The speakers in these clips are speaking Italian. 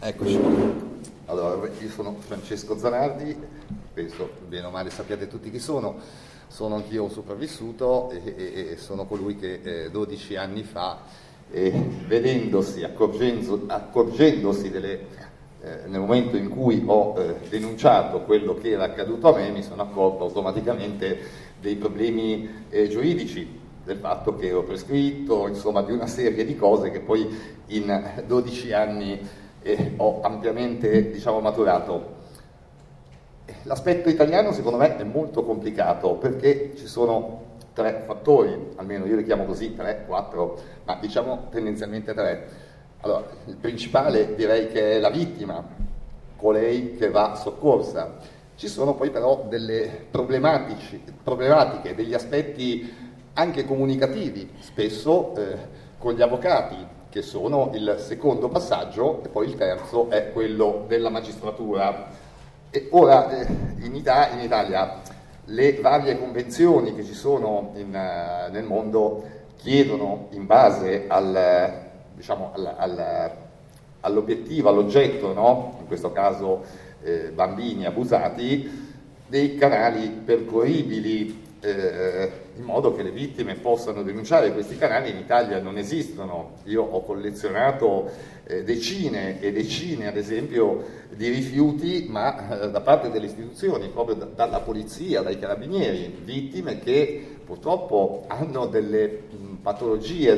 Eccoci. Allora, io sono Francesco Zanardi, penso bene o male sappiate tutti chi sono anch'io sopravvissuto e sono colui che 12 anni fa, accorgendosi nel momento in cui ho denunciato quello che era accaduto a me, mi sono accorto automaticamente dei problemi giuridici, del fatto che ero prescritto, insomma di una serie di cose che poi in 12 anni ho ampiamente, maturato. L'aspetto italiano secondo me è molto complicato perché ci sono tre fattori, almeno io li chiamo così, 3, 4, ma diciamo tendenzialmente 3. Allora, il principale direi che è la vittima, colei che va soccorsa. Ci sono poi però delle problematiche, degli aspetti anche comunicativi, spesso con gli avvocati, che sono il secondo passaggio, e poi il terzo è quello della magistratura. E ora in Italia le varie convenzioni che ci sono nel mondo chiedono, in base all'obiettivo, all'oggetto, no? In questo caso bambini abusati, dei canali percorribili, in modo che le vittime possano denunciare. Questi canali in Italia non esistono. Io ho collezionato decine e decine, ad esempio, di rifiuti, ma da parte delle istituzioni, proprio dalla polizia, dai carabinieri, vittime che purtroppo hanno delle patologie,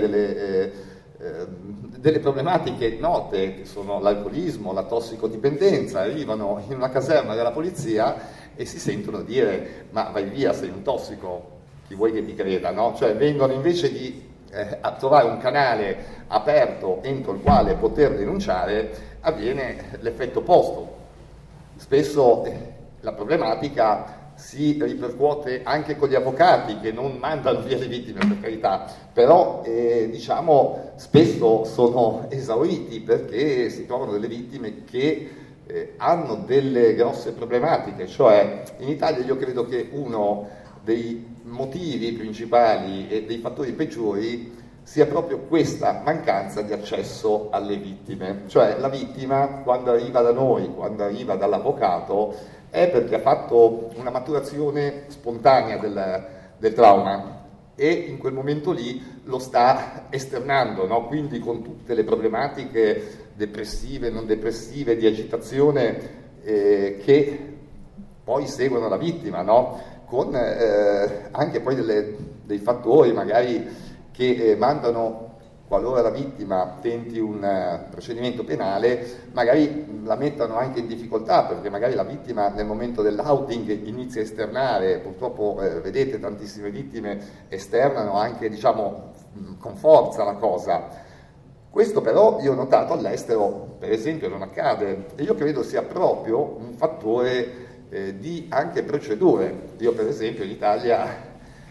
delle problematiche note, che sono l'alcolismo, la tossicodipendenza, arrivano in una caserma della polizia e si sentono dire: ma vai via, sei un tossico, chi vuoi che ti creda, no? Cioè vengono, invece di a trovare un canale aperto entro il quale poter denunciare, avviene l'effetto opposto. Spesso la problematica si ripercuote anche con gli avvocati, che non mandano via le vittime, per carità, però spesso sono esauriti perché si trovano delle vittime che hanno delle grosse problematiche. Cioè in Italia io credo che uno dei motivi principali e dei fattori peggiori sia proprio questa mancanza di accesso alle vittime. Cioè la vittima, quando arriva da noi, quando arriva dall'avvocato, è perché ha fatto una maturazione spontanea del trauma e in quel momento lì lo sta esternando, no? Quindi con tutte le problematiche depressive, non depressive, di agitazione che poi seguono la vittima, no? Con anche poi dei fattori magari che mandano, qualora la vittima tenti un procedimento penale, magari la mettano anche in difficoltà, perché magari la vittima nel momento dell'outing inizia a esternare. Purtroppo vedete, tantissime vittime esternano anche, con forza la cosa. Questo però io ho notato all'estero, per esempio, non accade, e io credo sia proprio un fattore di anche procedure. Io per esempio in Italia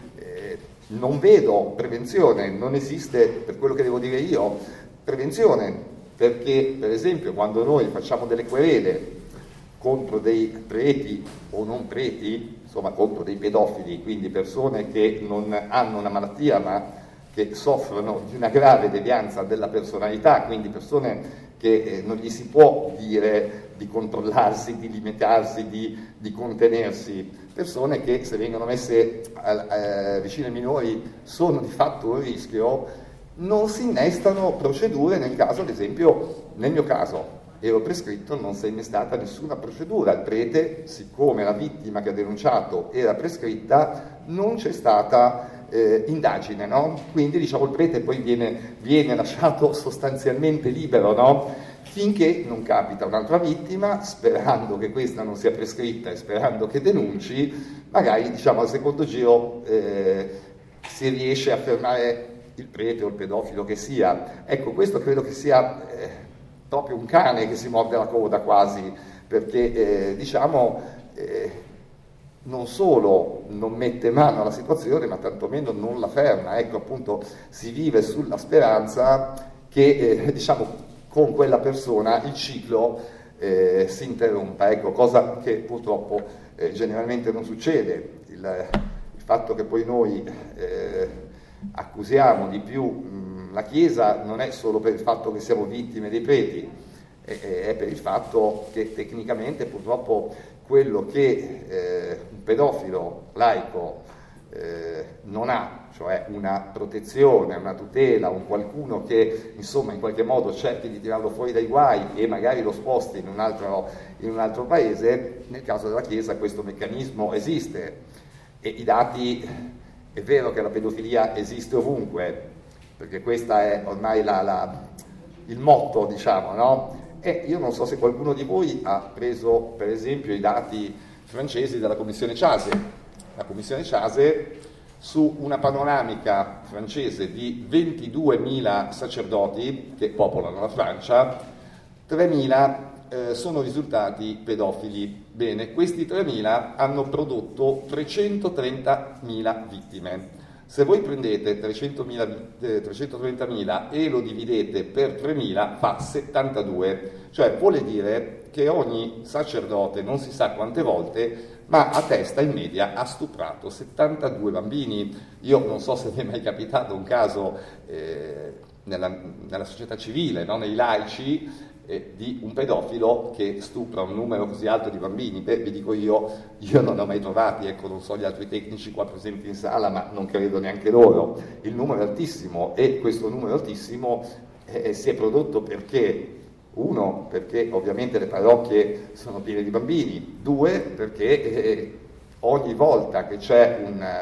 non vedo prevenzione, non esiste, per quello che devo dire io, prevenzione, perché per esempio quando noi facciamo delle querele contro dei preti o non preti, insomma contro dei pedofili, quindi persone che non hanno una malattia ma che soffrono di una grave devianza della personalità, quindi persone che non gli si può dire di controllarsi, di limitarsi, di contenersi, persone che, se vengono messe vicino ai minori, sono di fatto un rischio. Non si innestano procedure nel caso, ad esempio, nel mio caso ero prescritto, non si è innestata nessuna procedura. Il prete, siccome la vittima che ha denunciato era prescritta, non c'è stata indagine, no? Quindi il prete poi viene lasciato sostanzialmente libero, no? Finché non capita un'altra vittima, sperando che questa non sia prescritta e sperando che denunci, magari al secondo giro si riesce a fermare il prete o il pedofilo che sia. Ecco, questo credo che sia proprio un cane che si morde la coda quasi, perché non solo non mette mano alla situazione, ma tantomeno non la ferma. Ecco, appunto, si vive sulla speranza che con quella persona il ciclo si interrompa, ecco, cosa che purtroppo generalmente non succede. Il fatto che poi noi accusiamo di più la Chiesa non è solo per il fatto che siamo vittime dei preti, è per il fatto che tecnicamente purtroppo quello che un pedofilo laico non ha, cioè una protezione, una tutela, un qualcuno che insomma in qualche modo cerchi di tirarlo fuori dai guai e magari lo sposti in un altro paese, nel caso della Chiesa questo meccanismo esiste e i dati, è vero che la pedofilia esiste ovunque, perché questa è ormai il motto, diciamo, no? E io non so se qualcuno di voi ha preso per esempio i dati francesi della Commissione Chase. La Commissione Chase, su una panoramica francese di 22.000 sacerdoti che popolano la Francia, 3.000 sono risultati pedofili. Bene, questi 3.000 hanno prodotto 330.000 vittime. Se voi prendete 330.000 e lo dividete per 3.000 fa 72, cioè vuole dire che ogni sacerdote non si sa quante volte, ma a testa in media ha stuprato 72 bambini. Io non so se vi è mai capitato un caso nella società civile, no? Nei laici, di un pedofilo che stupra un numero così alto di bambini. Beh, vi dico io non ne ho mai trovati, ecco, non so gli altri tecnici qua presenti in sala, ma non credo neanche loro. Il numero è altissimo e questo numero altissimo si è prodotto perché? Uno, perché ovviamente le parrocchie sono piene di bambini; due, perché ogni volta che c'è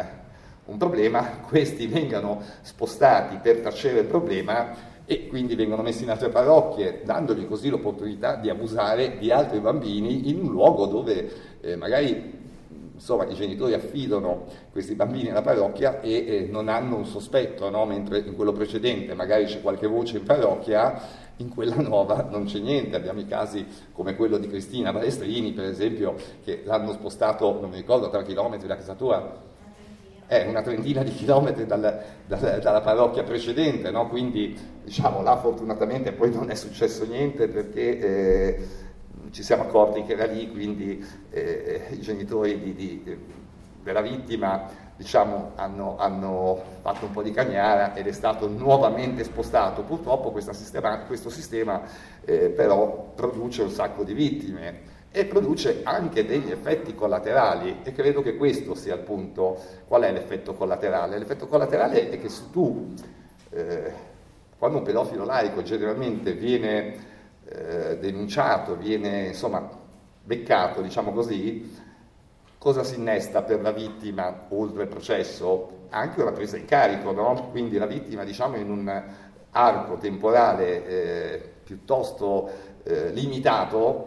un problema, questi vengano spostati per tacere il problema e quindi vengono messi in altre parrocchie, dandogli così l'opportunità di abusare di altri bambini in un luogo dove magari insomma, i genitori affidano questi bambini alla parrocchia e non hanno un sospetto, no? Mentre in quello precedente magari c'è qualche voce in parrocchia, in quella nuova non c'è niente. Abbiamo i casi come quello di Cristina Balestrini, per esempio, che l'hanno spostato, non mi ricordo, 3 chilometri da casa tua, una trentina di chilometri dalla parrocchia precedente, no? Quindi diciamo là fortunatamente poi non è successo niente perché ci siamo accorti che era lì, quindi i genitori della vittima diciamo, hanno fatto un po' di cagnara ed è stato nuovamente spostato. Purtroppo questo sistema però produce un sacco di vittime e produce anche degli effetti collaterali, e credo che questo sia il punto. Qual è l'effetto collaterale? L'effetto collaterale è che se tu, quando un pedofilo laico generalmente viene denunciato, viene insomma beccato, diciamo così, cosa si innesta per la vittima oltre il processo? Anche una presa in carico, no? Quindi la vittima, diciamo, in un arco temporale piuttosto limitato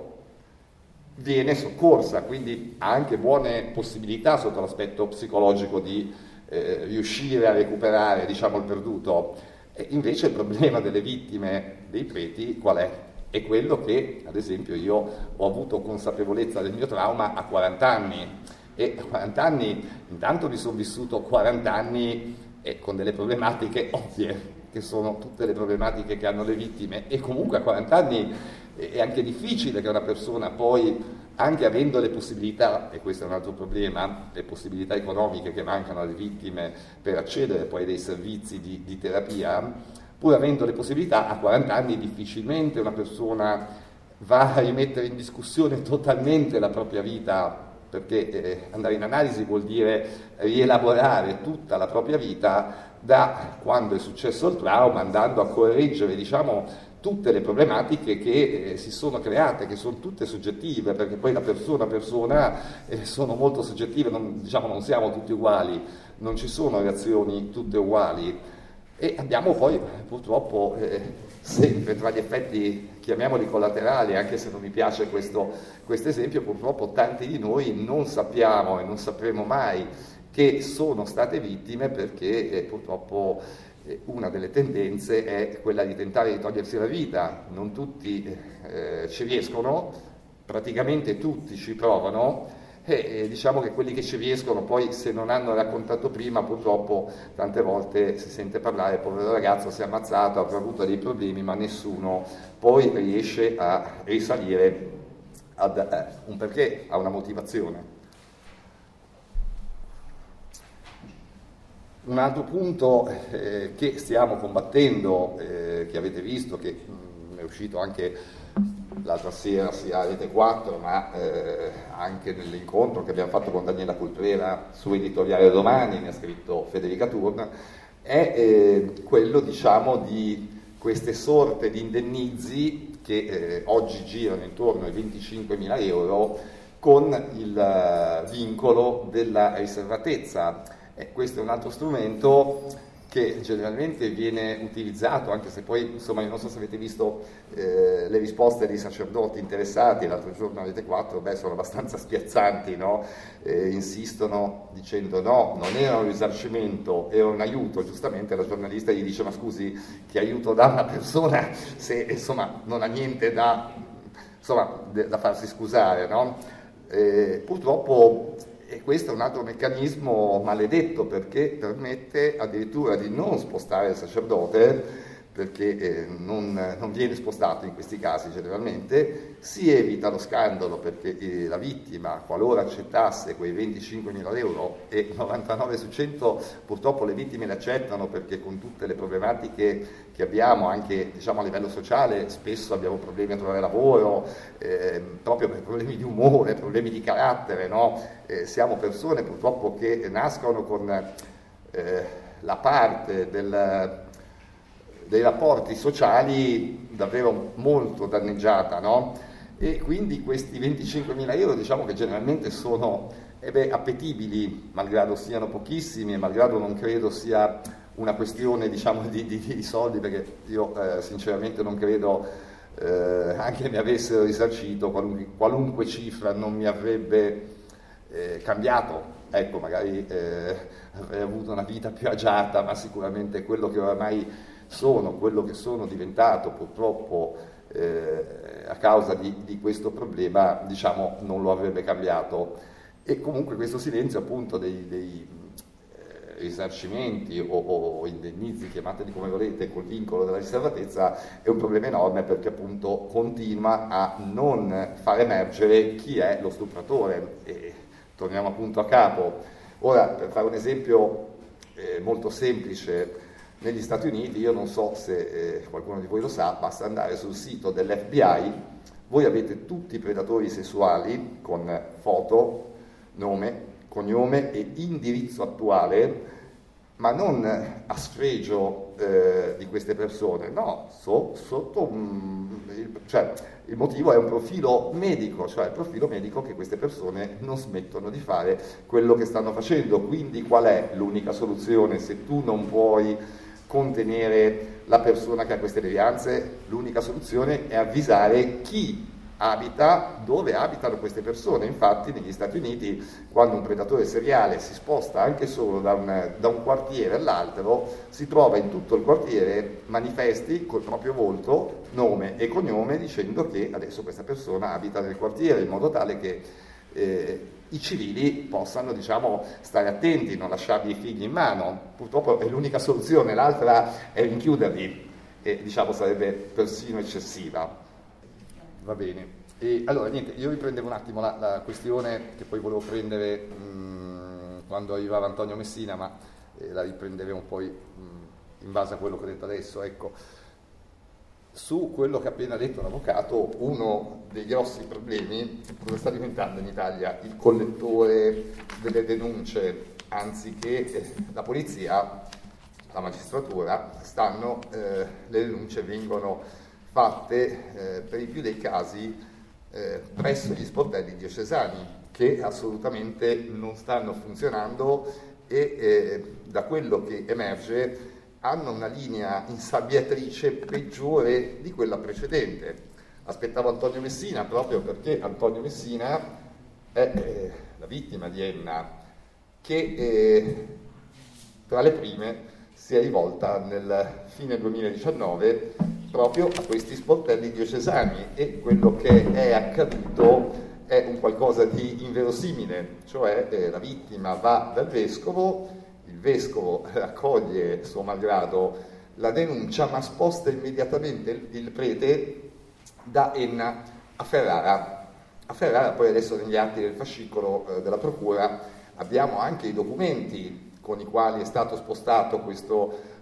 viene soccorsa, quindi ha anche buone possibilità sotto l'aspetto psicologico di riuscire a recuperare, diciamo, il perduto. E invece il problema delle vittime dei preti qual è? È quello che, ad esempio, io ho avuto consapevolezza del mio trauma a 40 anni, e a 40 anni intanto mi sono vissuto 40 anni con delle problematiche ovvie, che sono tutte le problematiche che hanno le vittime, e comunque a 40 anni è anche difficile che una persona poi, anche avendo le possibilità, e questo è un altro problema, le possibilità economiche che mancano alle vittime per accedere poi a dei servizi di terapia, pur avendo le possibilità, a 40 anni difficilmente una persona va a rimettere in discussione totalmente la propria vita, perché andare in analisi vuol dire rielaborare tutta la propria vita da quando è successo il trauma, andando a correggere, diciamo, tutte le problematiche che si sono create, che sono tutte soggettive, perché poi da persona a persona sono molto soggettive, non siamo tutti uguali, non ci sono reazioni tutte uguali. E abbiamo poi purtroppo sempre tra gli effetti, chiamiamoli collaterali, anche se non mi piace questo esempio, purtroppo tanti di noi non sappiamo e non sapremo mai che sono state vittime, perché purtroppo una delle tendenze è quella di tentare di togliersi la vita. Non tutti ci riescono, praticamente tutti ci provano. Diciamo che quelli che ci riescono poi, se non hanno raccontato prima, purtroppo tante volte si sente parlare: il povero ragazzo si è ammazzato, avrà avuto dei problemi, ma nessuno poi riesce a risalire ad un perché, a una motivazione. Un altro punto che stiamo combattendo, che avete visto, che è uscito anche l'altra sera sia a Rete 4, ma anche nell'incontro che abbiamo fatto con Daniela Cultrera su Editoriale Domani, ne ha scritto Federica Turna, è quello, diciamo, di queste sorte di indennizi che oggi girano intorno ai 25.000 euro con il vincolo della riservatezza. Questo è un altro strumento che generalmente viene utilizzato, anche se poi, insomma, io non so se avete visto le risposte dei sacerdoti interessati l'altro giorno a Rete 4, sono abbastanza spiazzanti, no? Insistono dicendo no, non era un risarcimento, era un aiuto. Giustamente la giornalista gli dice: ma scusi, che aiuto dà una persona se, insomma, non ha niente da farsi scusare, no? Purtroppo questo è un altro meccanismo maledetto, perché permette addirittura di non spostare il sacerdote, perché non viene spostato in questi casi generalmente, si evita lo scandalo, perché la vittima, qualora accettasse quei 25.000 euro, e 99 su 100 purtroppo le vittime le accettano, perché con tutte le problematiche che abbiamo anche, diciamo, a livello sociale, spesso abbiamo problemi a trovare lavoro, proprio per problemi di umore, problemi di carattere, no? Siamo persone purtroppo che nascono con la parte dei rapporti sociali davvero molto danneggiata, no? E quindi questi 25.000 euro, diciamo che generalmente sono appetibili, malgrado siano pochissimi e malgrado non credo sia una questione, diciamo, di soldi, perché io sinceramente non credo, anche mi avessero risarcito, qualunque cifra non mi avrebbe cambiato. Ecco, magari avrei avuto una vita più agiata, ma sicuramente quello che oramai quello che sono diventato purtroppo a causa di questo problema, diciamo, non lo avrebbe cambiato. E comunque questo silenzio, appunto, dei risarcimenti o indennizi, chiamateli come volete, col vincolo della riservatezza, è un problema enorme, perché appunto continua a non far emergere chi è lo stupratore. E torniamo appunto a capo. Ora, per fare un esempio molto semplice, negli Stati Uniti, io non so se qualcuno di voi lo sa, basta andare sul sito dell'FBI, voi avete tutti i predatori sessuali con foto, nome, cognome e indirizzo attuale, ma non a sfregio di queste persone, no, cioè il motivo è un profilo medico, cioè il profilo medico che queste persone non smettono di fare quello che stanno facendo. Quindi qual è l'unica soluzione se tu non puoi contenere la persona che ha queste devianze? L'unica soluzione è avvisare chi abita dove abitano queste persone. Infatti negli Stati Uniti, quando un predatore seriale si sposta anche solo da un quartiere all'altro, si trova in tutto il quartiere manifesti col proprio volto, nome e cognome, dicendo che adesso questa persona abita nel quartiere, in modo tale che i civili possano, diciamo, stare attenti, non lasciargli i figli in mano. Purtroppo è l'unica soluzione, l'altra è rinchiuderli, e, diciamo, sarebbe persino eccessiva. Va bene. E allora niente, io riprendevo un attimo la questione che poi volevo prendere quando arrivava Antonio Messina, ma la riprenderemo poi in base a quello che ho detto adesso. Ecco, su quello che ha appena detto l'avvocato, uno dei grossi problemi, cosa sta diventando in Italia il collettore delle denunce, anziché la polizia, la magistratura, le denunce vengono fatte per i più dei casi presso gli sportelli diocesani, che assolutamente non stanno funzionando e da quello che emerge hanno una linea insabbiatrice peggiore di quella precedente. Aspettavo Antonio Messina proprio perché Antonio Messina è la vittima di Enna, che tra le prime si è rivolta nel fine 2019 proprio a questi sportelli diocesani, e quello che è accaduto è un qualcosa di inverosimile, cioè la vittima va dal vescovo, il vescovo accoglie suo malgrado la denuncia, ma sposta immediatamente il prete da Enna a Ferrara. A Ferrara, poi adesso negli atti del fascicolo della procura abbiamo anche i documenti con i quali è stato spostato questo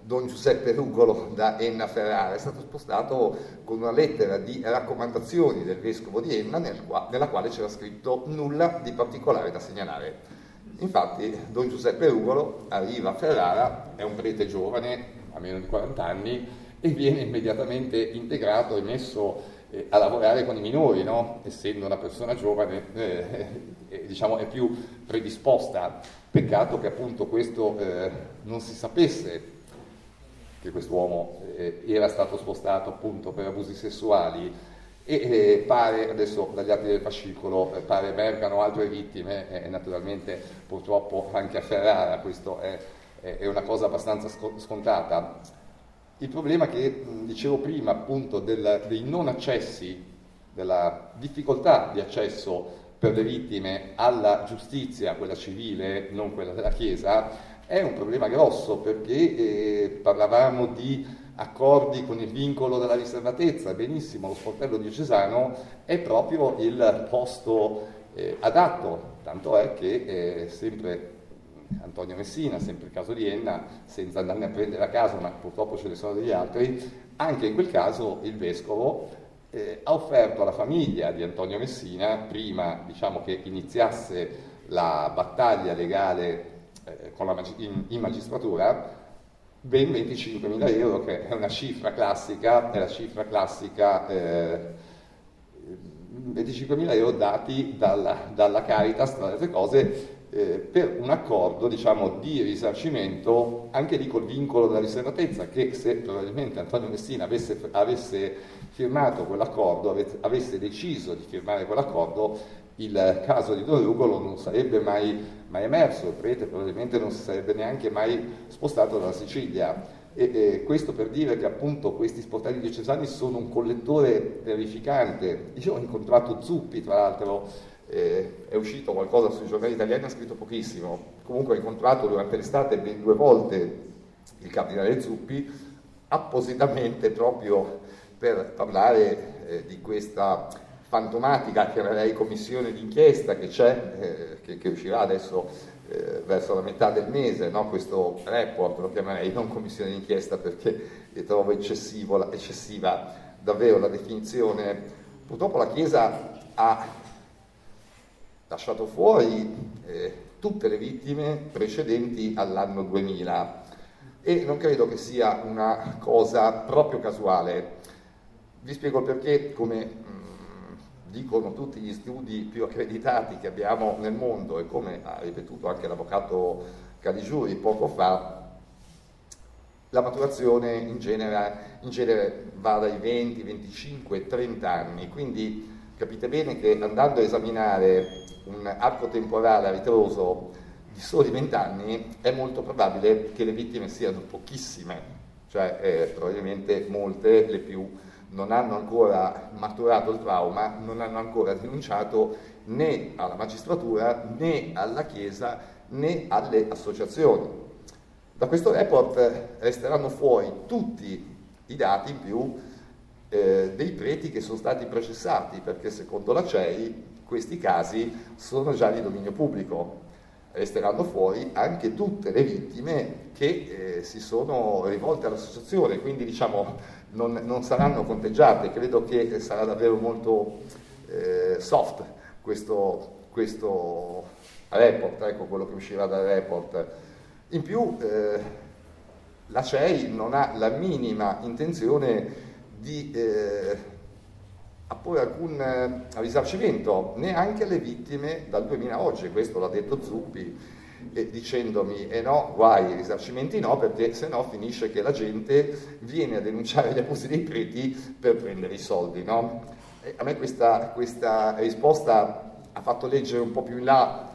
Don Giuseppe Rugolo da Enna a Ferrara, è stato spostato con una lettera di raccomandazioni del vescovo di Enna nella quale c'era scritto nulla di particolare da segnalare. Infatti Don Giuseppe Rugolo arriva a Ferrara, è un prete giovane, a meno di 40 anni, e viene immediatamente integrato e messo a lavorare con i minori, no? Essendo una persona giovane, diciamo, è più predisposta. Peccato che appunto questo non si sapesse che quest'uomo era stato spostato appunto per abusi sessuali e pare, adesso dagli atti del fascicolo, pare emergano altre vittime e naturalmente purtroppo anche a Ferrara questo è una cosa abbastanza scontata. Il problema che dicevo prima appunto dei non accessi, della difficoltà di accesso per le vittime alla giustizia, quella civile, non quella della Chiesa, è un problema grosso perché parlavamo di accordi con il vincolo della riservatezza, benissimo, lo sportello diocesano è proprio il posto adatto, tanto è che sempre Antonio Messina, sempre il caso di Enna, senza andarne a prendere a caso, ma purtroppo ce ne sono degli altri, anche in quel caso il vescovo ha offerto alla famiglia di Antonio Messina, prima diciamo che iniziasse la battaglia legale in magistratura, ben 25.000 euro, che è una cifra classica, 25.000 euro dati dalla Caritas, tra le altre cose, per un accordo, diciamo, di risarcimento, anche lì col vincolo della riservatezza, che se probabilmente Antonio Messina avesse firmato quell'accordo, avesse deciso di firmare quell'accordo, il caso di Don Rugolo non sarebbe mai emerso, il prete probabilmente non si sarebbe neanche mai spostato dalla Sicilia. E questo per dire che appunto questi sportelli diocesani sono un collettore terrificante. Io ho incontrato Zuppi, tra l'altro, è uscito qualcosa sui giornali italiani, ha scritto pochissimo. Comunque ho incontrato durante l'estate ben 2 volte il cardinale Zuppi, appositamente proprio per parlare di questa fantomatica, chiamerei commissione d'inchiesta che c'è, che uscirà adesso verso la metà del mese, no? Questo report lo chiamerei non commissione d'inchiesta perché trovo eccessiva davvero la definizione. Purtroppo la Chiesa ha lasciato fuori tutte le vittime precedenti all'anno 2000 e non credo che sia una cosa proprio casuale. Vi spiego il perché, come dicono tutti gli studi più accreditati che abbiamo nel mondo e come ha ripetuto anche l'avvocato Caligiuri poco fa, la maturazione in genere va dai 20, 25, 30 anni, quindi capite bene che andando a esaminare un arco temporale a ritroso di soli 20 anni è molto probabile che le vittime siano pochissime, cioè probabilmente molte, le più, non hanno ancora maturato il trauma, non hanno ancora denunciato né alla magistratura né alla Chiesa né alle associazioni. Da questo report resteranno fuori tutti i dati in più dei preti che sono stati processati, perché secondo la CEI questi casi sono già di dominio pubblico. Resteranno fuori anche tutte le vittime che si sono rivolte all'associazione, quindi diciamo non saranno conteggiate. Credo che sarà davvero molto soft questo report, ecco quello che uscirà dal report. In più la CEI non ha la minima intenzione di apporre alcun risarcimento neanche alle vittime dal 2000 a oggi, questo l'ha detto Zuppi, dicendomi no, guai, i risarcimenti no, perché se no finisce che la gente viene a denunciare gli abusi dei preti per prendere i soldi, no? E a me questa risposta ha fatto leggere un po' più in là,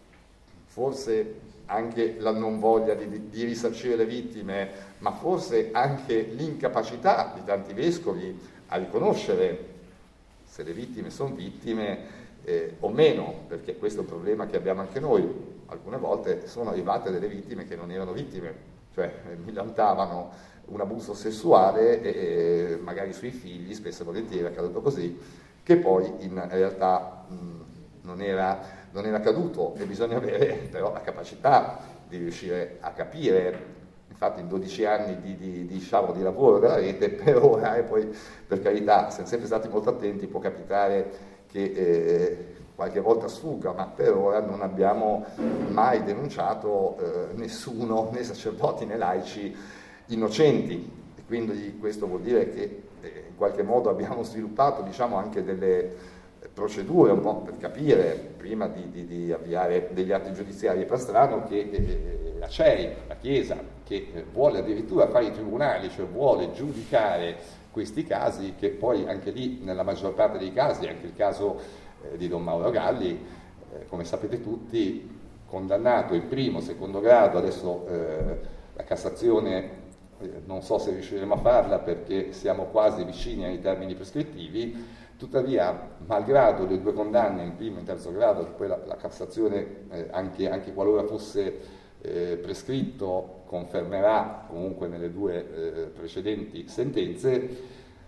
forse anche la non voglia di risarcire le vittime, ma forse anche l'incapacità di tanti vescovi a riconoscere se le vittime sono vittime o meno, perché questo è un problema che abbiamo anche noi. Alcune volte sono arrivate delle vittime che non erano vittime, cioè milantavano un abuso sessuale e magari sui figli, spesso e volentieri è accaduto così, che poi in realtà non era accaduto, e bisogna avere però la capacità di riuscire a capire. infatti in 12 anni diciamo, di lavoro della rete, per ora, e poi per carità, siamo sempre stati molto attenti, può capitare che qualche volta sfugga, ma per ora non abbiamo mai denunciato nessuno, né sacerdoti né laici innocenti, e quindi questo vuol dire che in qualche modo abbiamo sviluppato, diciamo, anche delle procedure un po' per capire, prima di avviare degli atti giudiziari. Per strano che la CEI, la Chiesa, che vuole addirittura fare i tribunali, cioè vuole giudicare questi casi, che poi anche lì nella maggior parte dei casi, anche il caso di Don Mauro Galli, come sapete tutti, condannato in primo, secondo grado, adesso la Cassazione non so se riusciremo a farla perché siamo quasi vicini ai termini prescrittivi, tuttavia, malgrado le 2 condanne in primo e in terzo grado, che poi la Cassazione, anche qualora fosse prescritto, confermerà comunque nelle 2 precedenti sentenze,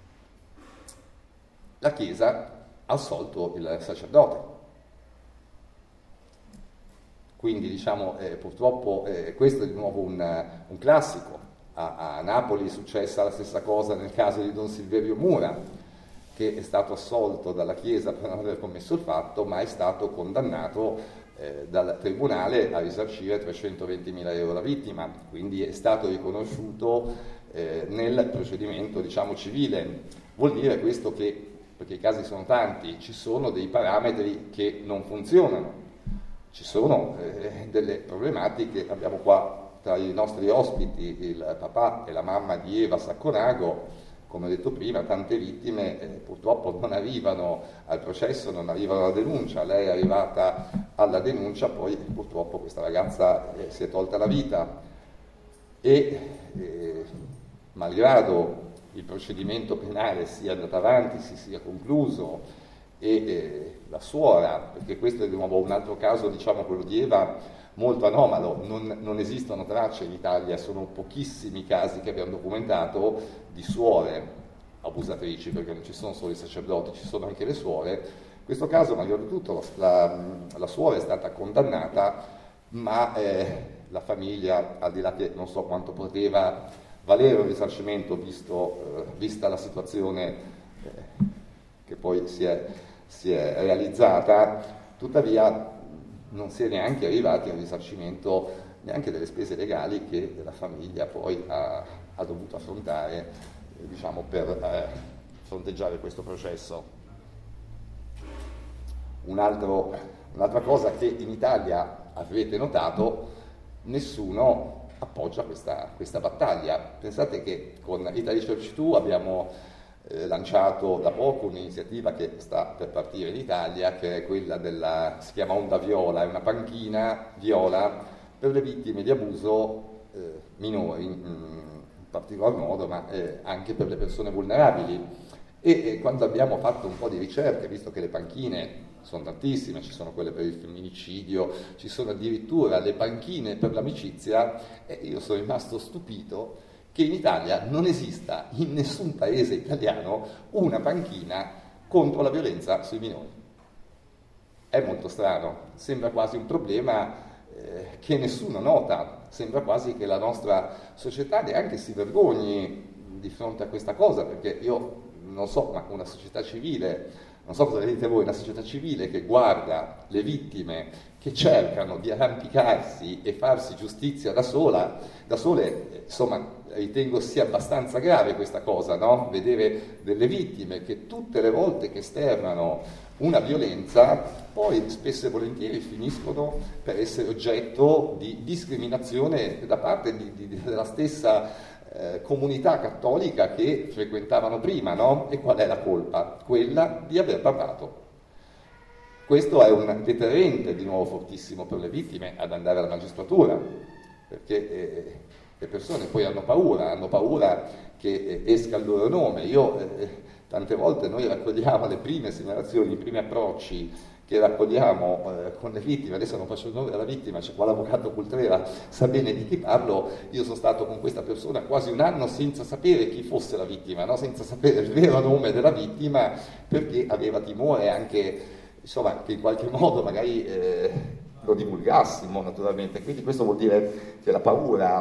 la Chiesa ha assolto il sacerdote. Quindi diciamo purtroppo questo è di nuovo un classico. A Napoli è successa la stessa cosa nel caso di Don Silverio Mura, che è stato assolto dalla Chiesa per non aver commesso il fatto, ma è stato condannato dal Tribunale a risarcire 320.000 euro alla vittima, quindi è stato riconosciuto nel procedimento, diciamo, civile. Vuol dire questo che, perché i casi sono tanti, ci sono dei parametri che non funzionano, ci sono delle problematiche. Abbiamo qua tra i nostri ospiti il papà e la mamma di Eva Sacconago. Come ho detto prima, tante vittime purtroppo non arrivano al processo, non arrivano alla denuncia. Lei è arrivata alla denuncia, poi purtroppo questa ragazza si è tolta la vita e malgrado il procedimento penale sia andato avanti, si sia concluso, e la suora, perché questo è di nuovo un altro caso, diciamo quello di Eva, molto anomalo, non esistono tracce in Italia, sono pochissimi casi che abbiamo documentato di suore abusatrici, perché non ci sono solo i sacerdoti, ci sono anche le suore. In questo caso, malgrado tutto, la suora è stata condannata, ma la famiglia, al di là che non so quanto poteva valere un risarcimento vista la situazione che poi si è realizzata, tuttavia non si è neanche arrivati al risarcimento neanche delle spese legali che la famiglia poi ha dovuto affrontare, diciamo, per fronteggiare questo processo. Un'altra cosa che in Italia avrete notato, nessuno appoggia questa battaglia. Pensate che con Italy Church 2 abbiamo lanciato da poco un'iniziativa che sta per partire in Italia, che è quella si chiama Onda Viola, è una panchina viola per le vittime di abuso minori in particolar modo, ma anche per le persone vulnerabili. E quando abbiamo fatto un po' di ricerche, visto che le panchine sono tantissime, ci sono quelle per il femminicidio, ci sono addirittura le panchine per l'amicizia, io sono rimasto stupito che in Italia non esista in nessun paese italiano una panchina contro la violenza sui minori. È molto strano, sembra quasi un problema che nessuno nota, sembra quasi che la nostra società neanche si vergogni di fronte a questa cosa, perché io non so, ma una società civile, non so cosa vedete voi, una società civile che guarda le vittime che cercano di arrampicarsi e farsi giustizia da sole, insomma, ritengo sia abbastanza grave questa cosa, no? Vedere delle vittime che tutte le volte che esternano una violenza, poi spesso e volentieri finiscono per essere oggetto di discriminazione da parte della stessa comunità cattolica che frequentavano prima, no? E qual è la colpa? Quella di aver parlato. Questo è un deterrente di nuovo fortissimo per le vittime ad andare alla magistratura, perché le persone poi hanno paura che esca il loro nome. Tante volte noi raccogliamo le prime segnalazioni, i primi approcci che raccogliamo con le vittime. Adesso non faccio il nome della vittima, c'è qua l'avvocato Cultrera, sa bene di chi parlo. Io sono stato con questa persona quasi un anno senza sapere chi fosse la vittima, no? Senza sapere il vero nome della vittima, perché aveva timore anche, insomma, che in qualche modo magari lo divulgassimo, naturalmente. Quindi questo vuol dire che la paura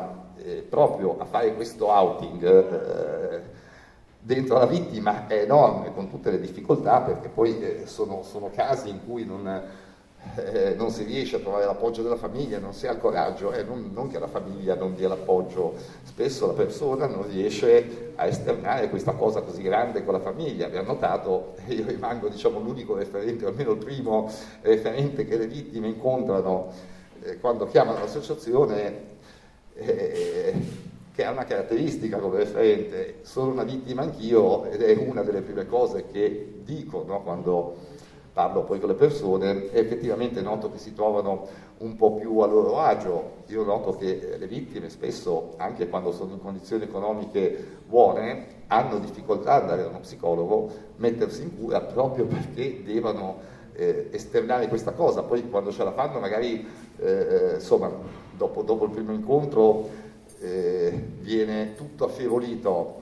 proprio a fare questo outing dentro la vittima è enorme, con tutte le difficoltà, perché poi sono casi in cui non si riesce a trovare l'appoggio della famiglia, non si ha il coraggio, non che la famiglia non dia l'appoggio, spesso la persona non riesce a esternare questa cosa così grande con la famiglia. Abbiamo notato, e io rimango diciamo l'unico referente, o almeno il primo referente che le vittime incontrano quando chiamano l'associazione, che ha una caratteristica come referente: sono una vittima anch'io, ed è una delle prime cose che dico, no, quando parlo poi con le persone, e effettivamente noto che si trovano un po' più a loro agio. Io noto che le vittime spesso, anche quando sono in condizioni economiche buone, hanno difficoltà ad andare da uno psicologo, mettersi in cura, proprio perché devono esternare questa cosa. Poi quando ce la fanno magari, insomma, dopo il primo incontro viene tutto affievolito.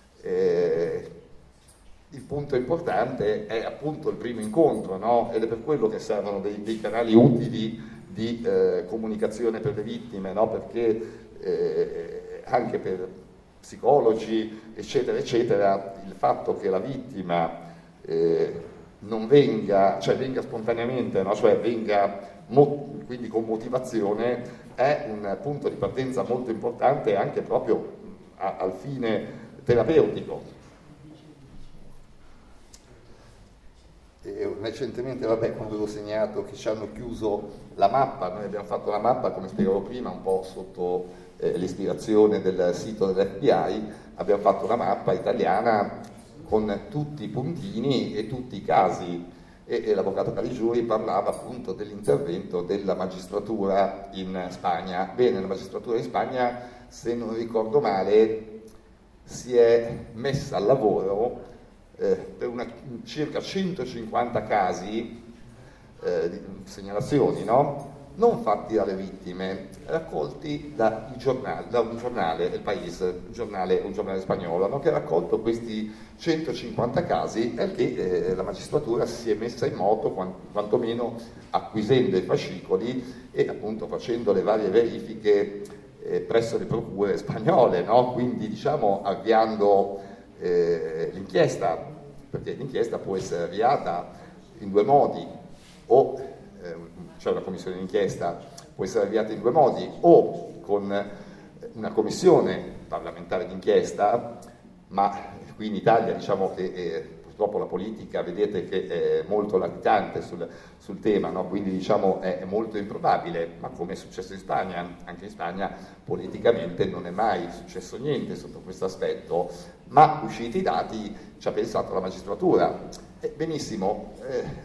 Il punto importante è appunto il primo incontro, no? Ed è per quello che servono dei canali utili di comunicazione per le vittime, no? Perché anche per psicologi, eccetera, eccetera, il fatto che la vittima non venga, cioè venga spontaneamente, no? Cioè venga quindi con motivazione, è un punto di partenza molto importante anche proprio al fine terapeutico. Recentemente, quando avevo segnato che ci hanno chiuso la mappa, noi abbiamo fatto la mappa, come spiegavo prima, un po' sotto l'ispirazione del sito dell'FBI, abbiamo fatto una mappa italiana con tutti i puntini e tutti i casi, e l'avvocato Caligiuri parlava appunto dell'intervento della magistratura in Spagna. Bene, la magistratura in Spagna, se non ricordo male, si è messa al lavoro per circa 150 casi di segnalazioni, no? Non fatti dalle vittime, raccolti da un giornale, El País, un giornale spagnolo, no? Che ha raccolto questi 150 casi, e che la magistratura si è messa in moto, quantomeno acquisendo i fascicoli e appunto facendo le varie verifiche presso le procure spagnole, no? Quindi diciamo avviando l'inchiesta, perché l'inchiesta può essere avviata in due modi, o cioè una commissione d'inchiesta può essere avviata in due modi, o con una commissione parlamentare d'inchiesta, ma qui in Italia diciamo che purtroppo la politica, vedete che è molto latitante sul tema, no? Quindi diciamo è molto improbabile, ma come è successo in Spagna, anche in Spagna politicamente non è mai successo niente sotto questo aspetto, ma usciti i dati ci ha pensato la magistratura. Benissimo,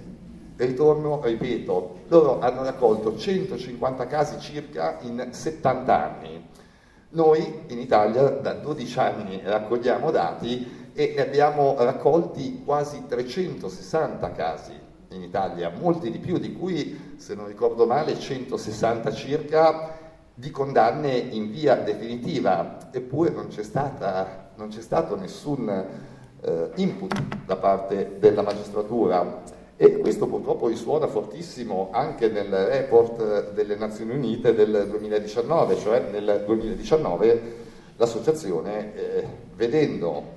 ritorno, ripeto, loro hanno raccolto 150 casi circa in 70 anni. Noi in Italia da 12 anni raccogliamo dati e ne abbiamo raccolti quasi 360 casi in Italia, molti di più, di cui, se non ricordo male, 160 circa di condanne in via definitiva, eppure non c'è stato nessun input da parte della magistratura, e questo purtroppo risuona fortissimo anche nel report delle Nazioni Unite del 2019, cioè nel 2019 l'associazione, vedendo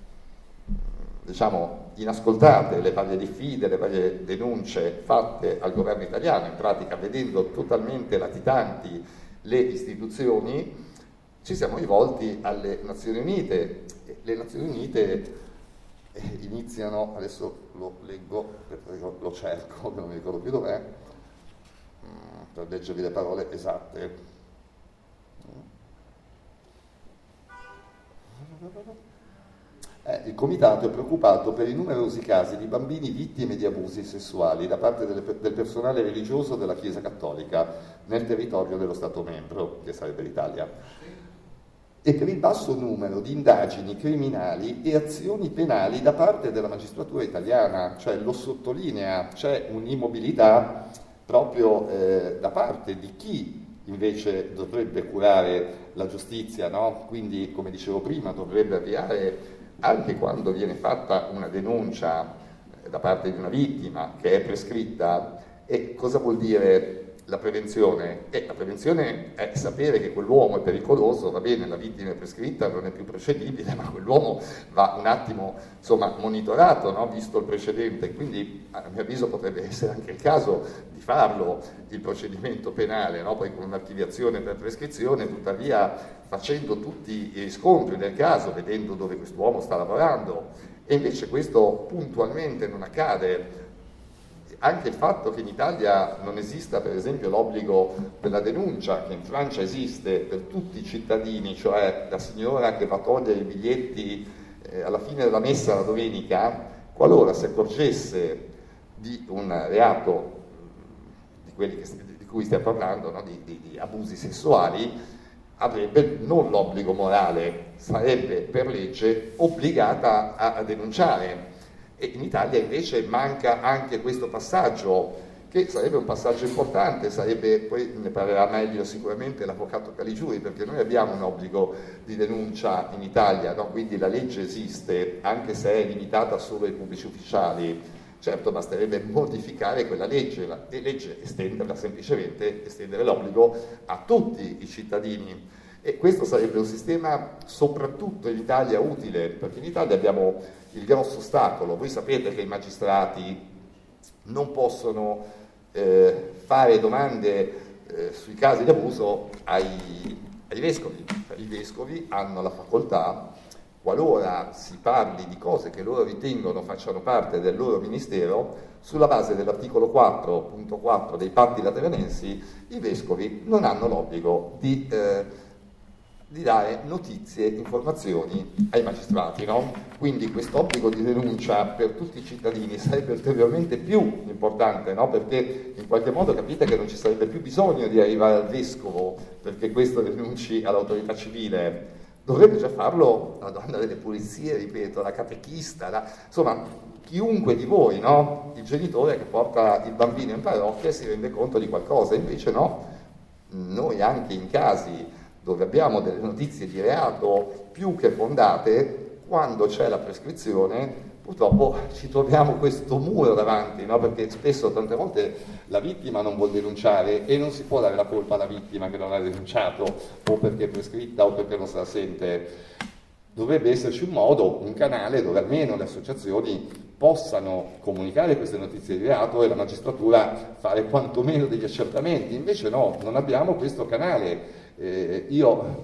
diciamo inascoltate le varie diffide, le varie denunce fatte al governo italiano, in pratica vedendo totalmente latitanti le istituzioni, ci siamo rivolti alle Nazioni Unite. Le Nazioni Unite iniziano, adesso lo leggo, lo cerco, che non mi ricordo più dov'è, per leggervi le parole esatte. Il comitato è preoccupato per i numerosi casi di bambini vittime di abusi sessuali da parte del personale religioso della Chiesa Cattolica nel territorio dello Stato membro, che sarebbe l'Italia, e per il basso numero di indagini criminali e azioni penali da parte della magistratura italiana, cioè lo sottolinea, c'è un'immobilità proprio da parte di chi invece dovrebbe curare la giustizia, no? Quindi, come dicevo prima, dovrebbe avviare, anche quando viene fatta una denuncia da parte di una vittima che è prescritta. E cosa vuol dire la prevenzione? La prevenzione è sapere che quell'uomo è pericoloso, va bene, la vittima è prescritta, non è più procedibile, ma quell'uomo va un attimo, insomma, monitorato, no? Visto il precedente, quindi a mio avviso potrebbe essere anche il caso di farlo il procedimento penale, no? Poi con un'archiviazione per prescrizione, tuttavia facendo tutti i riscontri del caso, vedendo dove quest'uomo sta lavorando, e invece questo puntualmente non accade. Anche il fatto che in Italia non esista per esempio l'obbligo della denuncia, che in Francia esiste per tutti i cittadini, cioè la signora che va a togliere i biglietti alla fine della messa la domenica, qualora si accorgesse di un reato di quelli di cui stiamo parlando, no? di abusi sessuali, avrebbe non l'obbligo morale, sarebbe per legge obbligata a denunciare. E in Italia invece manca anche questo passaggio, che sarebbe un passaggio importante, sarebbe, poi ne parlerà meglio sicuramente l'avvocato Caligiuri, perché noi abbiamo un obbligo di denuncia in Italia, no? Quindi la legge esiste, anche se è limitata solo ai pubblici ufficiali. Certo, basterebbe modificare quella legge, e legge estenderla semplicemente, estendere l'obbligo a tutti i cittadini. E questo sarebbe un sistema soprattutto in Italia utile, perché in Italia abbiamo il grosso ostacolo. Voi sapete che i magistrati non possono fare domande sui casi di abuso ai vescovi. I vescovi hanno la facoltà, qualora si parli di cose che loro ritengono facciano parte del loro ministero, sulla base dell'articolo 4.4 dei Patti Lateranensi, i vescovi non hanno l'obbligo di dare notizie, informazioni ai magistrati, no? Quindi questo obbligo di denuncia per tutti i cittadini sarebbe ulteriormente più importante, no? Perché in qualche modo capite che non ci sarebbe più bisogno di arrivare al vescovo perché questo denunci all'autorità civile, dovrebbe già farlo la donna delle pulizie, ripeto, la catechista, insomma chiunque di voi, no? Il genitore che porta il bambino in parrocchia si rende conto di qualcosa, invece no, noi anche in casi dove abbiamo delle notizie di reato più che fondate, quando c'è la prescrizione, purtroppo ci troviamo questo muro davanti, no? Perché spesso, tante volte, la vittima non vuol denunciare e non si può dare la colpa alla vittima che non ha denunciato, o perché è prescritta o perché non se la sente. Dovrebbe esserci un modo, un canale dove almeno le associazioni possano comunicare queste notizie di reato e la magistratura fare quantomeno degli accertamenti. Invece no, non abbiamo questo canale. Io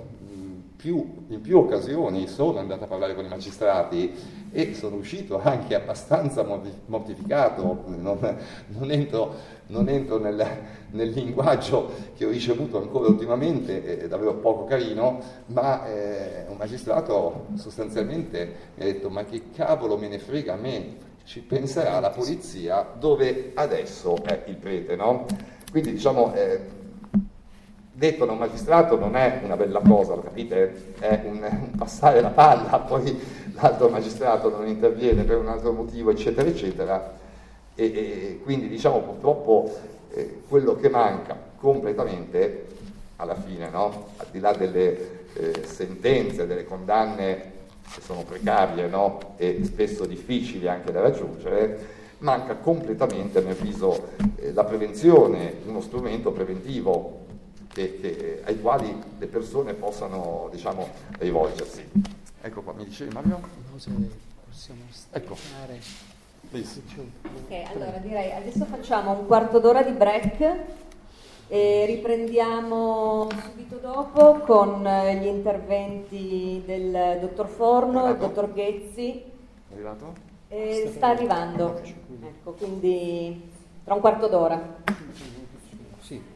in più occasioni sono andato a parlare con i magistrati e sono uscito anche abbastanza mortificato, non entro nel linguaggio che ho ricevuto ancora ultimamente, è davvero poco carino, ma un magistrato sostanzialmente mi ha detto: ma che cavolo me ne frega a me, ci penserà la polizia dove adesso è il prete, no? Quindi diciamo... detto da un magistrato non è una bella cosa, lo capite? È un passare la palla, poi l'altro magistrato non interviene per un altro motivo, eccetera, eccetera. E quindi diciamo purtroppo quello che manca completamente alla fine, no? Al di là delle sentenze, delle condanne che sono precarie, no? E spesso difficili anche da raggiungere, manca completamente, a mio avviso, la prevenzione, uno strumento preventivo ai quali le persone possano, diciamo, rivolgersi. Ecco qua, mi dicevi Mario? Possiamo ecco. Ok, allora direi adesso facciamo un quarto d'ora di break e riprendiamo subito dopo con gli interventi del dottor Forno, del dottor Ghezzi. È arrivato? Sta arrivando, ecco, quindi tra un quarto d'ora. Sì.